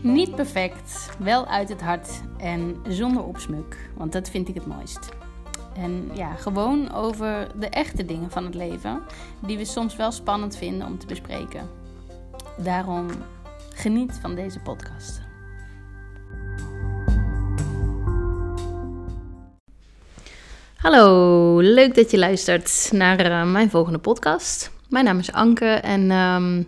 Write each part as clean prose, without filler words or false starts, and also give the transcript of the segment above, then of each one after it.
Niet perfect, wel uit het hart en zonder opsmuk, want dat vind ik het mooist. En ja, gewoon over de echte dingen van het leven, die we soms wel spannend vinden om te bespreken. Daarom geniet van deze podcast. Hallo, leuk dat je luistert naar mijn volgende podcast. Mijn naam is Anke en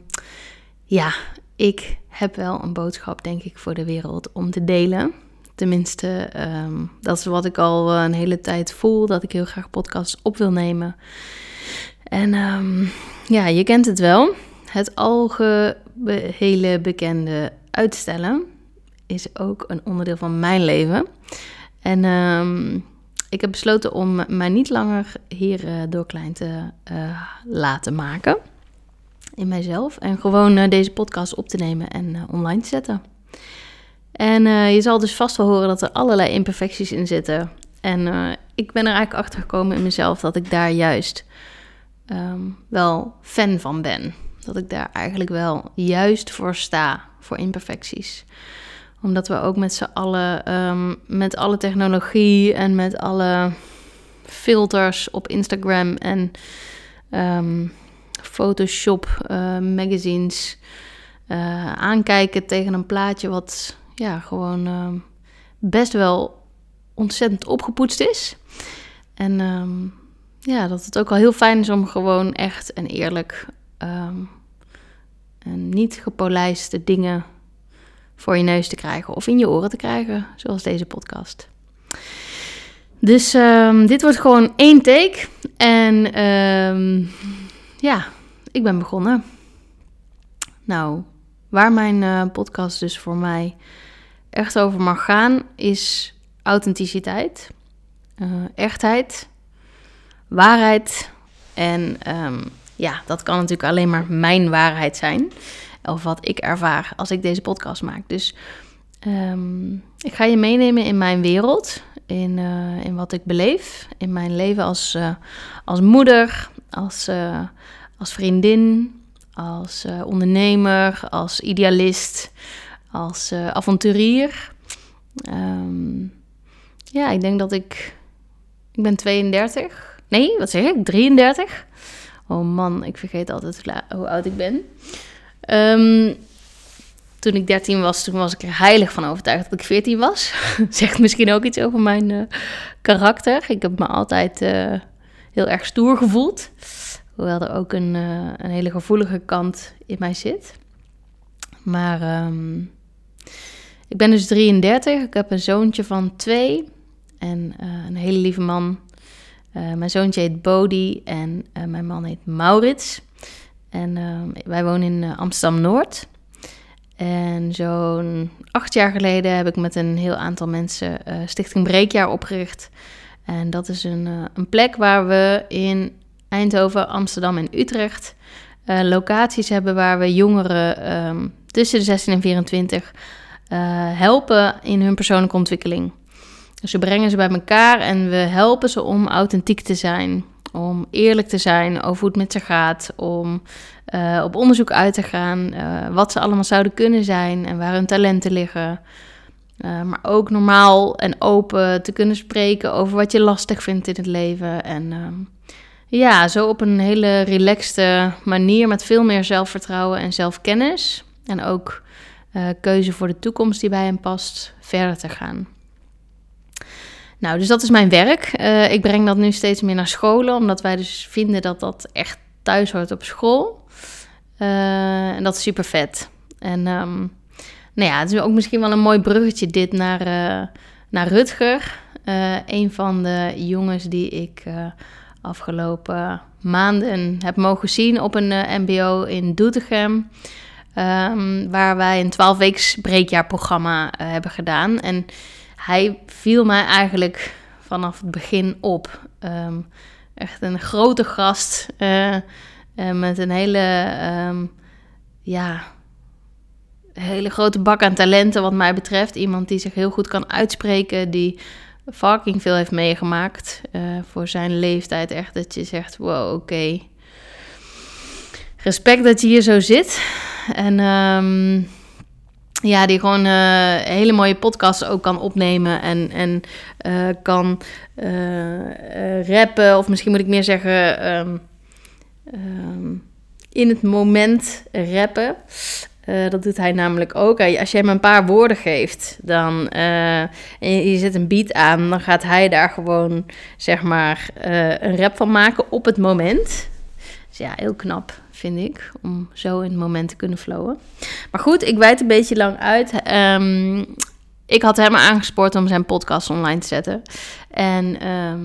ik heb wel een boodschap, denk ik, voor de wereld om te delen. Tenminste, dat is wat ik al een hele tijd voel, dat ik heel graag podcasts op wil nemen. En je kent het wel. Het algehele bekende uitstellen is ook een onderdeel van mijn leven. En ik heb besloten om mij niet langer hierdoor klein te laten maken in mijzelf. En gewoon deze podcast op te nemen en online te zetten. En je zal dus vast wel horen dat er allerlei imperfecties in zitten. En ik ben er eigenlijk achter gekomen in mezelf dat ik daar juist wel fan van ben. Dat ik daar eigenlijk wel juist voor sta, voor imperfecties. Omdat we ook met z'n allen, met alle technologie en met alle filters op Instagram en Photoshop magazines aankijken tegen een plaatje wat gewoon best wel ontzettend opgepoetst is. En dat het ook wel heel fijn is om gewoon echt en eerlijk en niet gepolijste dingen voor je neus te krijgen of in je oren te krijgen, zoals deze podcast. Dus dit wordt gewoon 1 take. En ik ben begonnen. Nou, waar mijn podcast dus voor mij echt over mag gaan, is authenticiteit, echtheid, waarheid. En dat kan natuurlijk alleen maar mijn waarheid zijn. Of wat ik ervaar als ik deze podcast maak. Dus ik ga je meenemen in mijn wereld. In wat ik beleef. In mijn leven als moeder. Als vriendin. Als ondernemer. Als idealist. Als avonturier. Ik denk dat ik ben 32. Nee, wat zeg ik? 33. Oh man, ik vergeet altijd hoe oud ik ben. Toen ik 13 was, toen was ik er heilig van overtuigd dat ik 14 was. Zegt misschien ook iets over mijn karakter. Ik heb me altijd heel erg stoer gevoeld. Hoewel er ook een hele gevoelige kant in mij zit. Maar ik ben dus 33. Ik heb een zoontje van 2 en een hele lieve man. Mijn zoontje heet Bodie en mijn man heet Maurits. En wij wonen in Amsterdam-Noord. En zo'n 8 jaar geleden heb ik met een heel aantal mensen Stichting Breekjaar opgericht. En dat is een plek waar we in Eindhoven, Amsterdam en Utrecht locaties hebben waar we jongeren tussen de 16 en 24 helpen in hun persoonlijke ontwikkeling. Dus we brengen ze bij elkaar en we helpen ze om authentiek te zijn. Om eerlijk te zijn over hoe het met ze gaat. Om op onderzoek uit te gaan. Wat ze allemaal zouden kunnen zijn en waar hun talenten liggen. Maar ook normaal en open te kunnen spreken over wat je lastig vindt in het leven. En zo op een hele relaxte manier met veel meer zelfvertrouwen en zelfkennis. En ook keuze voor de toekomst die bij hen past, verder te gaan. Nou, dus dat is mijn werk. Ik breng dat nu steeds meer naar scholen, omdat wij dus vinden dat dat echt thuis hoort op school. En dat is super vet. En het is ook misschien wel een mooi bruggetje dit naar Rutger. Een van de jongens die ik afgelopen maanden heb mogen zien op een mbo in Doetinchem. Waar wij een 12-weeks breekjaarprogramma hebben gedaan. En hij viel mij eigenlijk vanaf het begin op. Echt een grote gast. Met een hele grote bak aan talenten wat mij betreft. Iemand die zich heel goed kan uitspreken. Die fucking veel heeft meegemaakt. Voor zijn leeftijd echt dat je zegt, wow, oké. Respect dat je hier zo zit. En die gewoon hele mooie podcasts ook kan opnemen en kan rappen. Of misschien moet ik meer zeggen in het moment rappen. Dat doet hij namelijk ook. Als je hem een paar woorden geeft, dan en je zet een beat aan, dan gaat hij daar gewoon, zeg maar, een rap van maken op het moment. Dus ja, heel knap, vind ik, om zo in het moment te kunnen flowen. Maar goed, ik wijd een beetje lang uit. Ik had hem aangespoord om zijn podcast online te zetten. En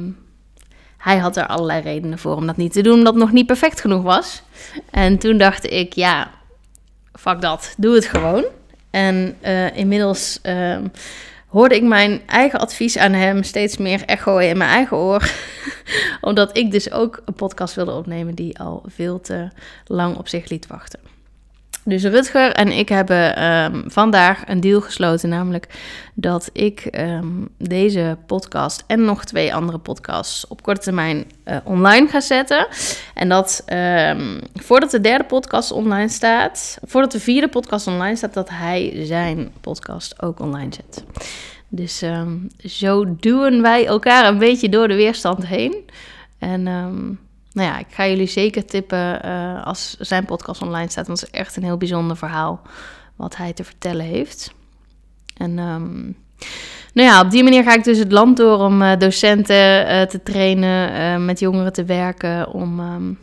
hij had er allerlei redenen voor om dat niet te doen, omdat het nog niet perfect genoeg was. En toen dacht ik, ja, fuck dat, doe het gewoon. En inmiddels hoorde ik mijn eigen advies aan hem steeds meer echoen in mijn eigen oor. Omdat ik dus ook een podcast wilde opnemen die al veel te lang op zich liet wachten. Dus Rutger en ik hebben vandaag een deal gesloten, namelijk dat ik deze podcast en nog 2 andere podcasts op korte termijn online ga zetten. En dat voordat de 3e podcast online staat, voordat de 4e podcast online staat, dat hij zijn podcast ook online zet. Dus zo duwen wij elkaar een beetje door de weerstand heen. En nou ja, ik ga jullie zeker tippen als zijn podcast online staat. Want het is echt een heel bijzonder verhaal wat hij te vertellen heeft. En nou ja, op die manier ga ik dus het land door om docenten te trainen, met jongeren te werken. Om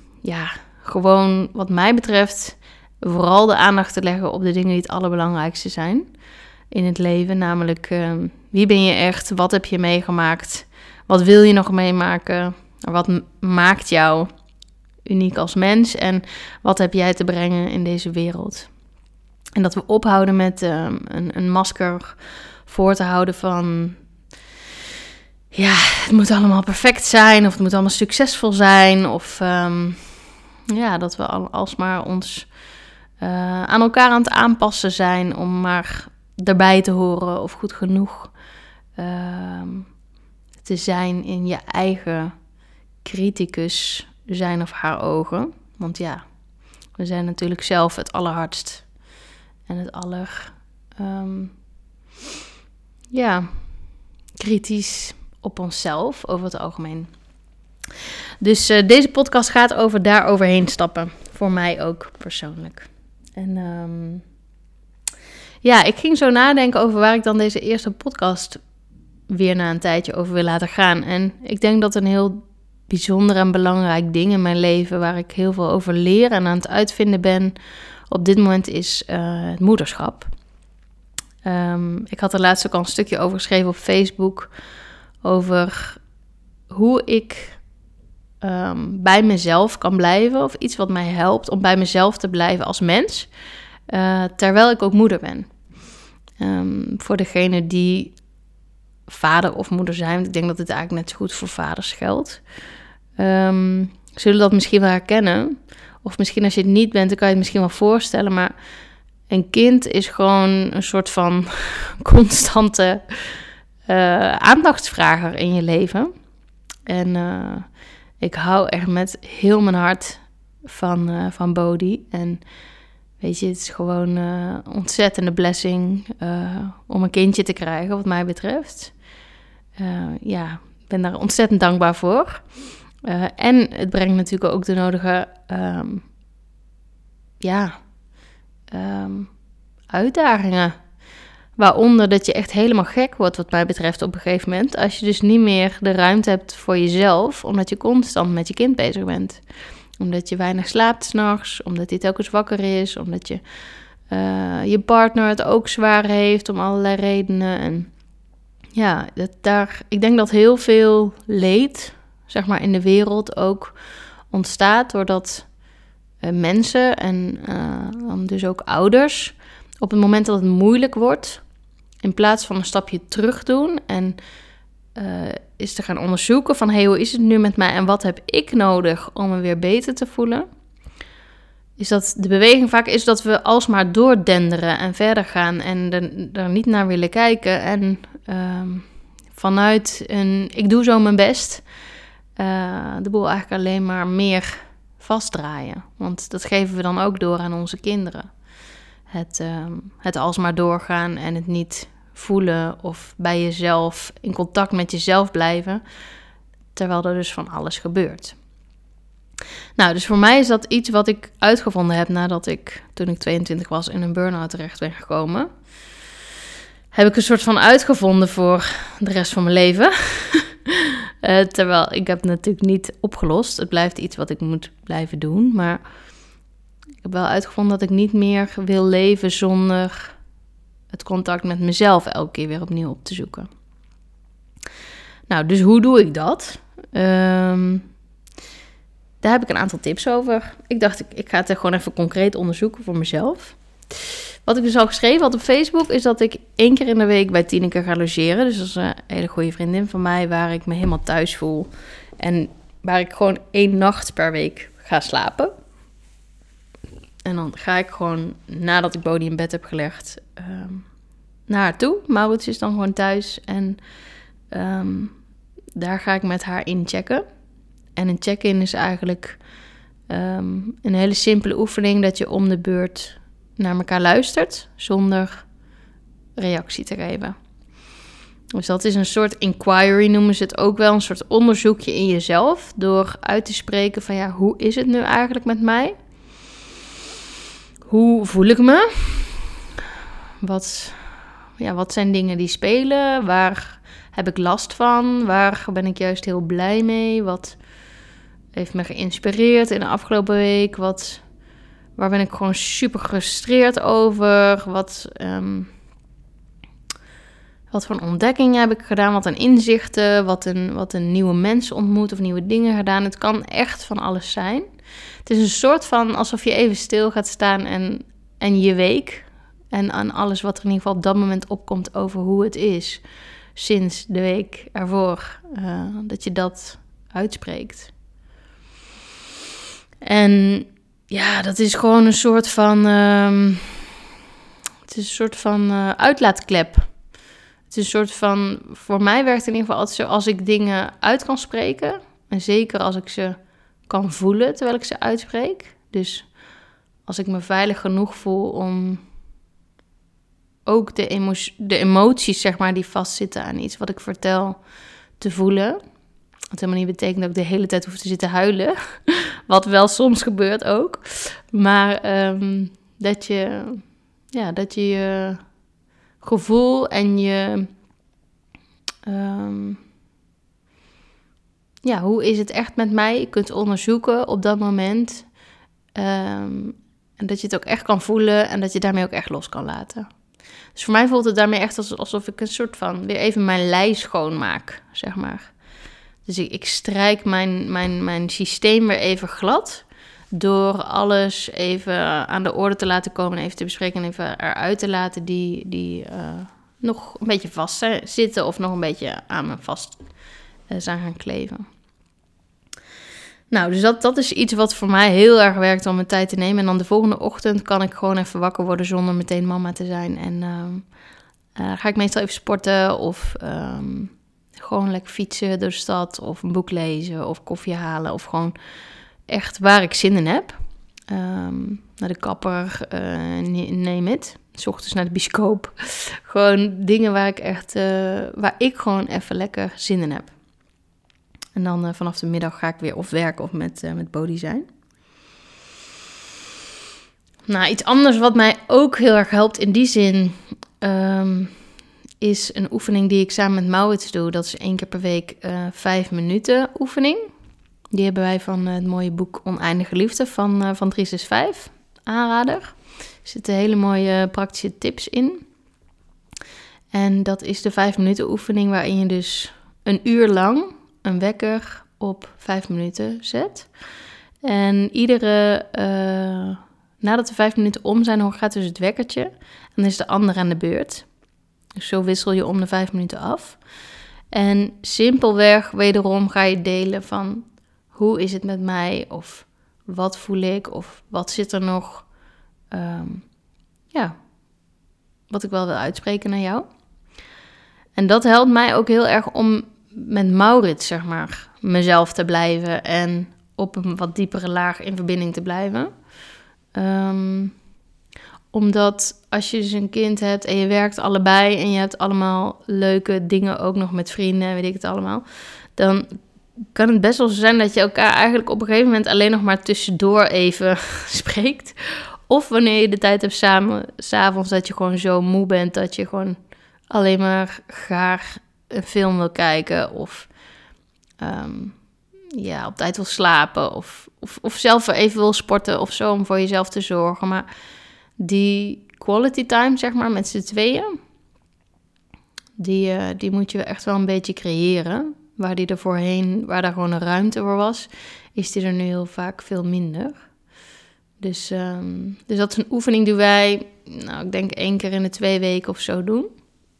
gewoon wat mij betreft vooral de aandacht te leggen op de dingen die het allerbelangrijkste zijn in het leven. Namelijk, wie ben je echt? Wat heb je meegemaakt? Wat wil je nog meemaken? Wat maakt jou uniek als mens? En wat heb jij te brengen in deze wereld? En dat we ophouden met een masker voor te houden van, ja, het moet allemaal perfect zijn. Of het moet allemaal succesvol zijn. Of dat we alsmaar ons aan elkaar aan het aanpassen zijn om maar erbij te horen of goed genoeg te zijn in je eigen criticus zijn of haar ogen. Want ja, we zijn natuurlijk zelf het allerhardst en het kritisch op onszelf over het algemeen. Dus deze podcast gaat over daar overheen stappen. Voor mij ook persoonlijk. En ik ging zo nadenken over waar ik dan deze eerste podcast weer na een tijdje over wil laten gaan. En ik denk dat een heel bijzonder en belangrijk ding in mijn leven, waar ik heel veel over leer en aan het uitvinden ben op dit moment, is het moederschap. Ik had er laatst ook al een stukje over geschreven op Facebook, over hoe ik bij mezelf kan blijven, of iets wat mij helpt om bij mezelf te blijven als mens, terwijl ik ook moeder ben. Voor degene die vader of moeder zijn, want ik denk dat het eigenlijk net zo goed voor vaders geldt, zullen dat misschien wel herkennen. Of misschien als je het niet bent, dan kan je het misschien wel voorstellen, maar een kind is gewoon een soort van constante aandachtsvrager in je leven. En ik hou echt met heel mijn hart van Bodhi. En weet je, het is gewoon een ontzettende blessing om een kindje te krijgen, wat mij betreft. Ik ben daar ontzettend dankbaar voor. En het brengt natuurlijk ook de nodige uitdagingen. Waaronder dat je echt helemaal gek wordt, wat mij betreft, op een gegeven moment. Als je dus niet meer de ruimte hebt voor jezelf, omdat je constant met je kind bezig bent. Omdat je weinig slaapt 's nachts, omdat hij telkens wakker is, omdat je partner het ook zwaar heeft om allerlei redenen. En ja, ik denk dat heel veel leed, zeg maar, in de wereld ook ontstaat doordat mensen en dus ook ouders op het moment dat het moeilijk wordt, in plaats van een stapje terug doen en is te gaan onderzoeken van, hey, hoe is het nu met mij en wat heb ik nodig om me weer beter te voelen, is dat de beweging vaak is dat we alsmaar doordenderen en verder gaan en er niet naar willen kijken en vanuit ik doe zo mijn best, de boel eigenlijk alleen maar meer vastdraaien. Want dat geven we dan ook door aan onze kinderen. het alsmaar doorgaan en het niet voelen of bij jezelf, in contact met jezelf blijven, terwijl er dus van alles gebeurt. Nou, dus voor mij is dat iets wat ik uitgevonden heb nadat ik, toen ik 22 was, in een burn-out terecht ben gekomen. Heb ik een soort van uitgevonden voor de rest van mijn leven. Terwijl ik heb het natuurlijk niet opgelost. Het blijft iets wat ik moet blijven doen. Maar ik heb wel uitgevonden dat ik niet meer wil leven zonder het contact met mezelf elke keer weer opnieuw op te zoeken. Nou, dus hoe doe ik dat? Daar heb ik een aantal tips over. Ik dacht, ik ga het gewoon even concreet onderzoeken voor mezelf. Wat ik dus al geschreven had op Facebook, is dat ik 1 keer in de week bij Tineke ga logeren. Dus dat is een hele goede vriendin van mij, waar ik me helemaal thuis voel. En waar ik gewoon 1 nacht per week ga slapen. En dan ga ik gewoon, nadat ik Bodhi in bed heb gelegd, naar haar toe. Maurits is dan gewoon thuis. En daar ga ik met haar inchecken. En een check-in is eigenlijk een hele simpele oefening, dat je om de beurt naar elkaar luistert zonder reactie te geven. Dus dat is een soort inquiry, noemen ze het ook wel. Een soort onderzoekje in jezelf, door uit te spreken van ja, hoe is het nu eigenlijk met mij? Hoe voel ik me? Wat zijn dingen die spelen? Waar heb ik last van? Waar ben ik juist heel blij mee? Wat heeft me geïnspireerd in de afgelopen week? Waar ben ik gewoon super gefrustreerd over? Wat voor ontdekkingen heb ik gedaan? Wat een inzichten? Wat een nieuwe mensen ontmoet of nieuwe dingen gedaan? Het kan echt van alles zijn. Het is een soort van alsof je even stil gaat staan en je week. En aan alles wat er in ieder geval op dat moment opkomt over hoe het is sinds de week ervoor. Dat je dat uitspreekt. En ja, dat is gewoon een soort van uitlaatklep. Het is een soort van, voor mij werkt het in ieder geval altijd zo, als ik dingen uit kan spreken. En zeker als ik ze kan voelen terwijl ik ze uitspreek. Dus als ik me veilig genoeg voel om ook de emoties, zeg maar, die vastzitten aan iets wat ik vertel, te voelen. Wat helemaal niet betekent dat ik de hele tijd hoef te zitten huilen. Wat wel soms gebeurt ook. Maar dat je gevoel en hoe is het echt met mij? Je kunt onderzoeken op dat moment. En dat je het ook echt kan voelen en dat je daarmee ook echt los kan laten. Dus voor mij voelt het daarmee echt alsof ik een soort van weer even mijn lei schoonmaak, zeg maar. Dus ik strijk mijn systeem weer even glad, door alles even aan de orde te laten komen en even te bespreken en even eruit te laten die nog een beetje vast zitten of nog een beetje aan me vast zijn gaan kleven. Nou, dus dat is iets wat voor mij heel erg werkt om mijn tijd te nemen. En dan de volgende ochtend kan ik gewoon even wakker worden zonder meteen mama te zijn. En ga ik meestal even sporten of gewoon lekker fietsen door de stad of een boek lezen of koffie halen. Of gewoon echt waar ik zin in heb. Naar de kapper, neem het. 's Ochtends naar de bioscoop. Gewoon dingen waar ik gewoon even lekker zin in heb. En dan vanaf de middag ga ik weer of werken of met Bodhi zijn. Nou, iets anders wat mij ook heel erg helpt in die zin is een oefening die ik samen met Maurits doe. Dat is 1 keer per week 5 minuten oefening. Die hebben wij van het mooie boek Oneindige Liefde van 365. Aanrader. Er zitten hele mooie praktische tips in. En dat is de 5 minuten oefening waarin je dus 1 uur lang een wekker op 5 minuten zet. En nadat de 5 minuten om zijn, dan gaat dus het wekkertje. En dan is de ander aan de beurt. Dus zo wissel je om de 5 minuten af. En simpelweg wederom ga je delen van hoe is het met mij? Of wat voel ik? Of wat zit er nog? Wat ik wel wil uitspreken naar jou. En dat helpt mij ook heel erg om met Maurits, zeg maar, mezelf te blijven en op een wat diepere laag in verbinding te blijven. Omdat als je dus een kind hebt en je werkt allebei en je hebt allemaal leuke dingen ook nog met vrienden en weet ik het allemaal, dan kan het best wel zo zijn dat je elkaar eigenlijk op een gegeven moment alleen nog maar tussendoor even spreekt. Of wanneer je de tijd hebt samen, 's avonds, dat je gewoon zo moe bent dat je gewoon alleen maar graag een film wil kijken of op tijd wil slapen of zelf even wil sporten of zo om voor jezelf te zorgen. Maar die quality time, zeg maar, met z'n tweeën, die moet je echt wel een beetje creëren. Waar die er voorheen, waar daar gewoon een ruimte voor was, is die er nu heel vaak veel minder. Dus dat is een oefening die wij, ik denk 1 keer in de 2 weken of zo doen.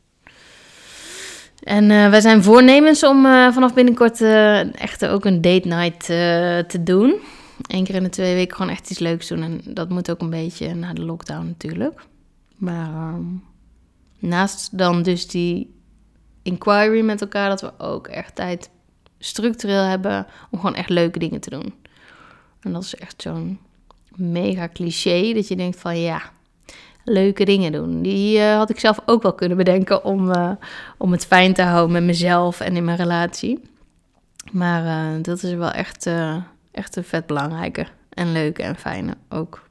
En wij zijn voornemens om vanaf binnenkort echt ook een date night te doen. 1 keer in de 2 weken gewoon echt iets leuks doen. En dat moet ook een beetje na de lockdown natuurlijk. Maar naast dan dus die inquiry met elkaar, dat we ook echt tijd structureel hebben om gewoon echt leuke dingen te doen. En dat is echt zo'n mega cliché dat je denkt van ja, leuke dingen doen. Die had ik zelf ook wel kunnen bedenken om het fijn te houden met mezelf en in mijn relatie. Maar dat is wel echt een vet belangrijke en leuke en fijne ook.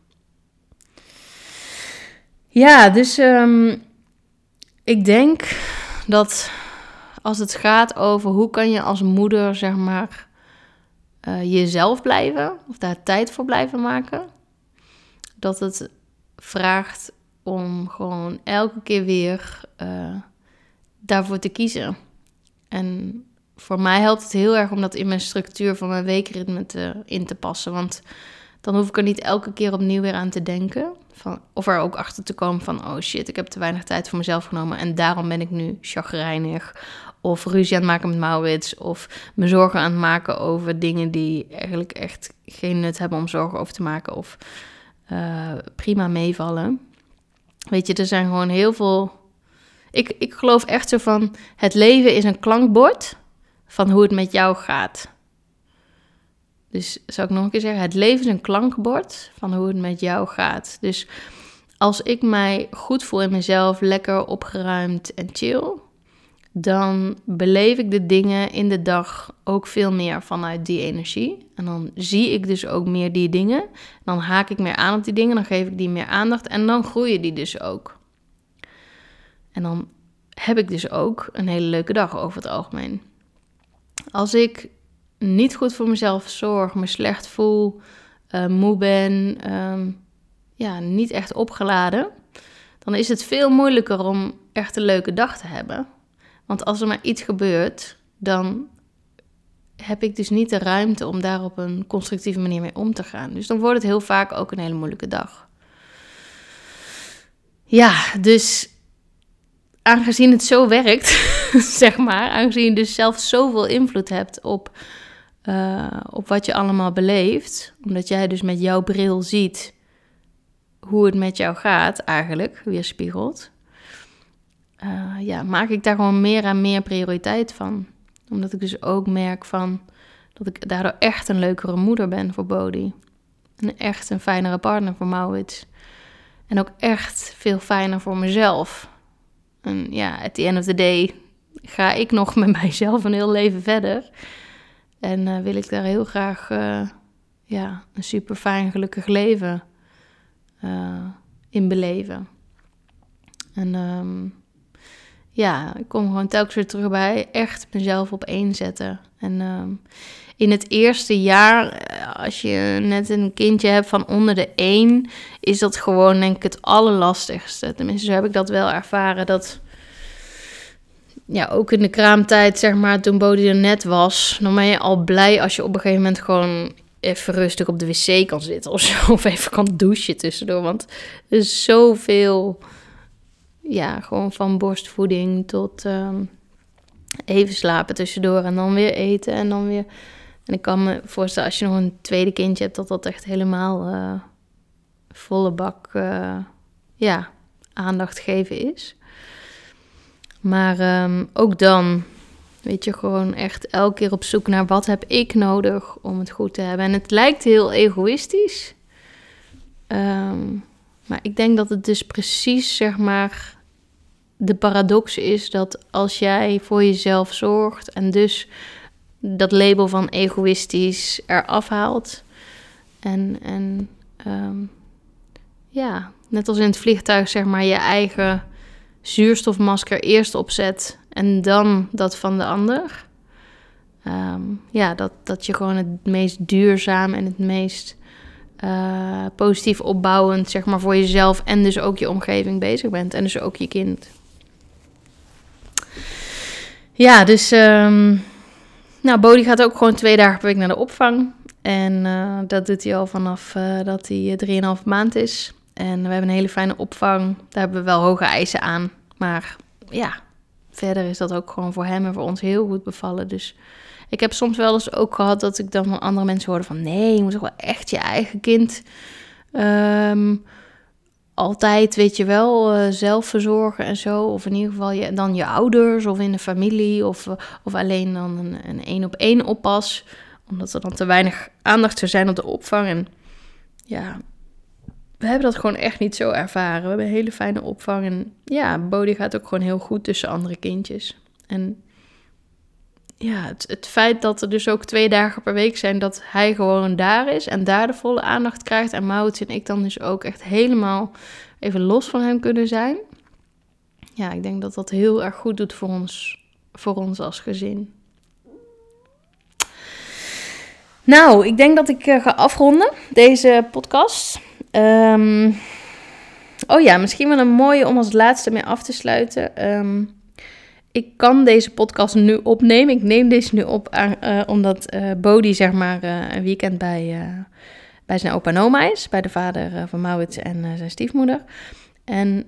Ja, dus ik denk dat als het gaat over hoe kan je als moeder, zeg maar, jezelf blijven of daar tijd voor blijven maken, dat het vraagt om gewoon elke keer weer daarvoor te kiezen. En voor mij helpt het heel erg om dat in mijn structuur van mijn weekritme in te passen. Want dan hoef ik er niet elke keer opnieuw weer aan te denken. Of er ook achter te komen van, oh shit, ik heb te weinig tijd voor mezelf genomen en daarom ben ik nu chagrijnig. Of ruzie aan het maken met Maurits. Of me zorgen aan het maken over dingen die eigenlijk echt geen nut hebben om zorgen over te maken. Of prima meevallen. Weet je, er zijn gewoon heel veel. Ik geloof echt zo van, het leven is een klankbord van hoe het met jou gaat. Dus zal ik nog een keer zeggen, het leven is een klankbord van hoe het met jou gaat. Dus als ik mij goed voel in mezelf, lekker opgeruimd en chill, dan beleef ik de dingen in de dag ook veel meer vanuit die energie. En dan zie ik dus ook meer die dingen. Dan haak ik meer aan op die dingen, dan geef ik die meer aandacht en dan groeien die dus ook. En dan heb ik dus ook een hele leuke dag over het algemeen. Als ik niet goed voor mezelf zorg, me slecht voel, moe ben, niet echt opgeladen, dan is het veel moeilijker om echt een leuke dag te hebben. Want als er maar iets gebeurt, dan heb ik dus niet de ruimte om daar op een constructieve manier mee om te gaan. Dus dan wordt het heel vaak ook een hele moeilijke dag. Ja, dus aangezien het zo werkt, zeg maar, aangezien je dus zelf zoveel invloed hebt op wat je allemaal beleeft, omdat jij dus met jouw bril ziet hoe het met jou gaat eigenlijk, weerspiegelt, maak ik daar gewoon meer en meer prioriteit van. Omdat ik dus ook merk dat ik daardoor echt een leukere moeder ben voor Bodhi. En echt een fijnere partner voor Maurits. En ook echt veel fijner voor mezelf. En ja, at the end of the day ga ik nog met mijzelf een heel leven verder. En wil ik daar heel graag een super fijn, gelukkig leven in beleven. En ik kom gewoon telkens weer terug bij echt mezelf op 1 zetten. En in het eerste jaar, als je net een kindje hebt van onder de 1, is dat gewoon denk ik het allerlastigste. Tenminste, zo heb ik dat wel ervaren. Dat ook in de kraamtijd, zeg maar, toen Bodhi er net was, dan ben je al blij als je op een gegeven moment gewoon even rustig op de wc kan zitten of zo. Of even kan douchen tussendoor. Want er is zoveel, gewoon van borstvoeding tot even slapen tussendoor en dan weer eten en dan weer. En ik kan me voorstellen, als je nog een tweede kindje hebt, dat echt helemaal volle bak aandacht geven is. Maar ook dan, weet je, gewoon echt elke keer op zoek naar wat heb ik nodig om het goed te hebben. En het lijkt heel egoïstisch. Maar ik denk dat het dus precies, zeg maar, de paradox is dat als jij voor jezelf zorgt en dus dat label van egoïstisch eraf haalt en net als in het vliegtuig, zeg maar, je eigen zuurstofmasker eerst opzet en dan dat van de ander. Dat je gewoon het meest duurzaam en het meest positief opbouwend, zeg maar, voor jezelf en dus ook je omgeving bezig bent. En dus ook je kind. Ja, dus Bodhi gaat ook gewoon 2 dagen per week naar de opvang. En dat doet hij al vanaf dat hij 3,5 maand is. En we hebben een hele fijne opvang. Daar hebben we wel hoge eisen aan. Maar ja, verder is dat ook gewoon voor hem en voor ons heel goed bevallen. Dus ik heb soms wel eens ook gehad dat ik dan van andere mensen hoorde van... nee, je moet toch wel echt je eigen kind altijd, weet je wel, zelf verzorgen en zo. Of in ieder geval dan je ouders of in de familie. Of alleen dan een 1-op-1 oppas. Omdat er dan te weinig aandacht zou zijn op de opvang. En ja, we hebben dat gewoon echt niet zo ervaren. We hebben een hele fijne opvang. En ja, Bodhi gaat ook gewoon heel goed tussen andere kindjes. En ja, het feit dat er dus ook 2 dagen per week zijn dat hij gewoon daar is en daar de volle aandacht krijgt. En Maurits en ik dan dus ook echt helemaal even los van hem kunnen zijn. Ja, ik denk dat dat heel erg goed doet voor ons als gezin. Nou, ik denk dat ik ga afronden, deze podcast. Misschien wel een mooie om als laatste mee af te sluiten. Ik kan deze podcast nu opnemen. Ik neem deze nu op omdat Bodhi, zeg maar, een weekend bij zijn opa en oma is. Bij de vader van Maurits en zijn stiefmoeder. En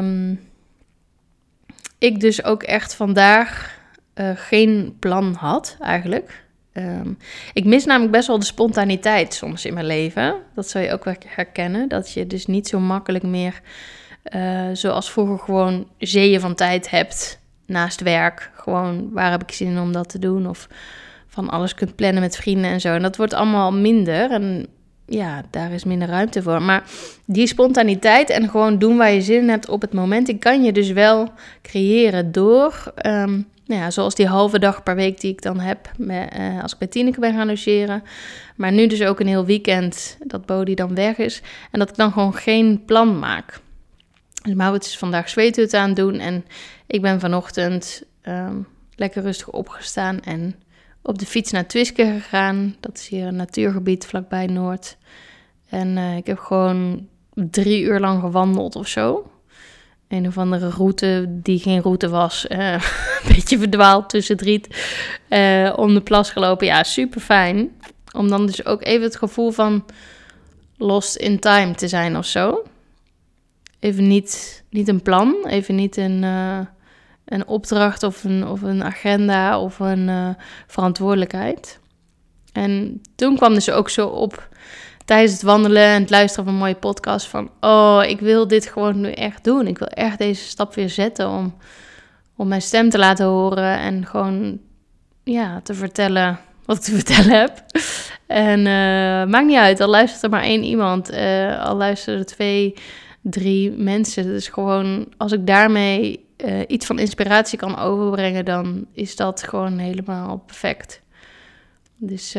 ik dus ook echt vandaag geen plan had, eigenlijk. Ik mis namelijk best wel de spontaniteit soms in mijn leven. Dat zou je ook wel herkennen. Dat je dus niet zo makkelijk meer, zoals vroeger, gewoon zeeën van tijd hebt naast werk. Gewoon, waar heb ik zin in om dat te doen? Of van alles kunt plannen met vrienden en zo. En dat wordt allemaal minder. En ja, daar is minder ruimte voor. Maar die spontaniteit en gewoon doen waar je zin in hebt op het moment, die kan je dus wel creëren door... zoals die halve dag per week die ik dan heb als ik bij Tineke ben gaan logeren. Maar nu dus ook een heel weekend dat Bodhi dan weg is. En dat ik dan gewoon geen plan maak. Dus Maurits is vandaag zweethut aan het doen. En ik ben vanochtend lekker rustig opgestaan en op de fiets naar Twiske gegaan. Dat is hier een natuurgebied vlakbij Noord. En ik heb gewoon 3 uur lang gewandeld of zo. Een of andere route die geen route was. Een beetje verdwaald tussen het riet. Om de plas gelopen. Ja, super fijn. Om dan dus ook even het gevoel van lost in time te zijn of zo. Even niet een plan. Even niet een opdracht of een agenda of een verantwoordelijkheid. En toen kwam dus ook zo op tijdens het wandelen en het luisteren van een mooie podcast van... ik wil dit gewoon nu echt doen. Ik wil echt deze stap weer zetten om mijn stem te laten horen en gewoon te vertellen wat ik te vertellen heb. En maakt niet uit, al luistert er maar 1 iemand, al luisteren er 2, 3 mensen. Dus gewoon, als ik daarmee iets van inspiratie kan overbrengen, dan is dat gewoon helemaal perfect. Dus...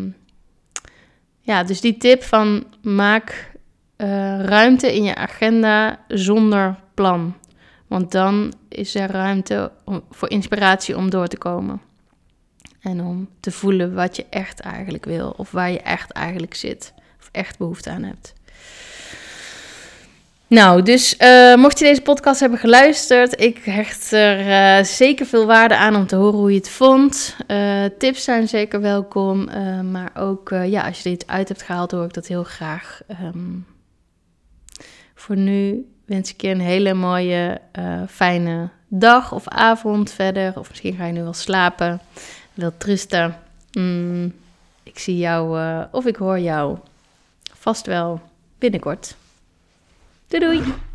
dus die tip van maak ruimte in je agenda zonder plan. Want dan is er ruimte voor inspiratie om door te komen. En om te voelen wat je echt eigenlijk wil. Of waar je echt eigenlijk zit. Of echt behoefte aan hebt. Nou, dus mocht je deze podcast hebben geluisterd, ik hecht er zeker veel waarde aan om te horen hoe je het vond. Tips zijn zeker welkom, maar ook als je er iets uit hebt gehaald, hoor ik dat heel graag. Voor nu wens ik je een hele mooie, fijne dag of avond verder. Of misschien ga je nu wel slapen, wilt rusten. Ik zie jou of ik hoor jou vast wel binnenkort. Doei doei!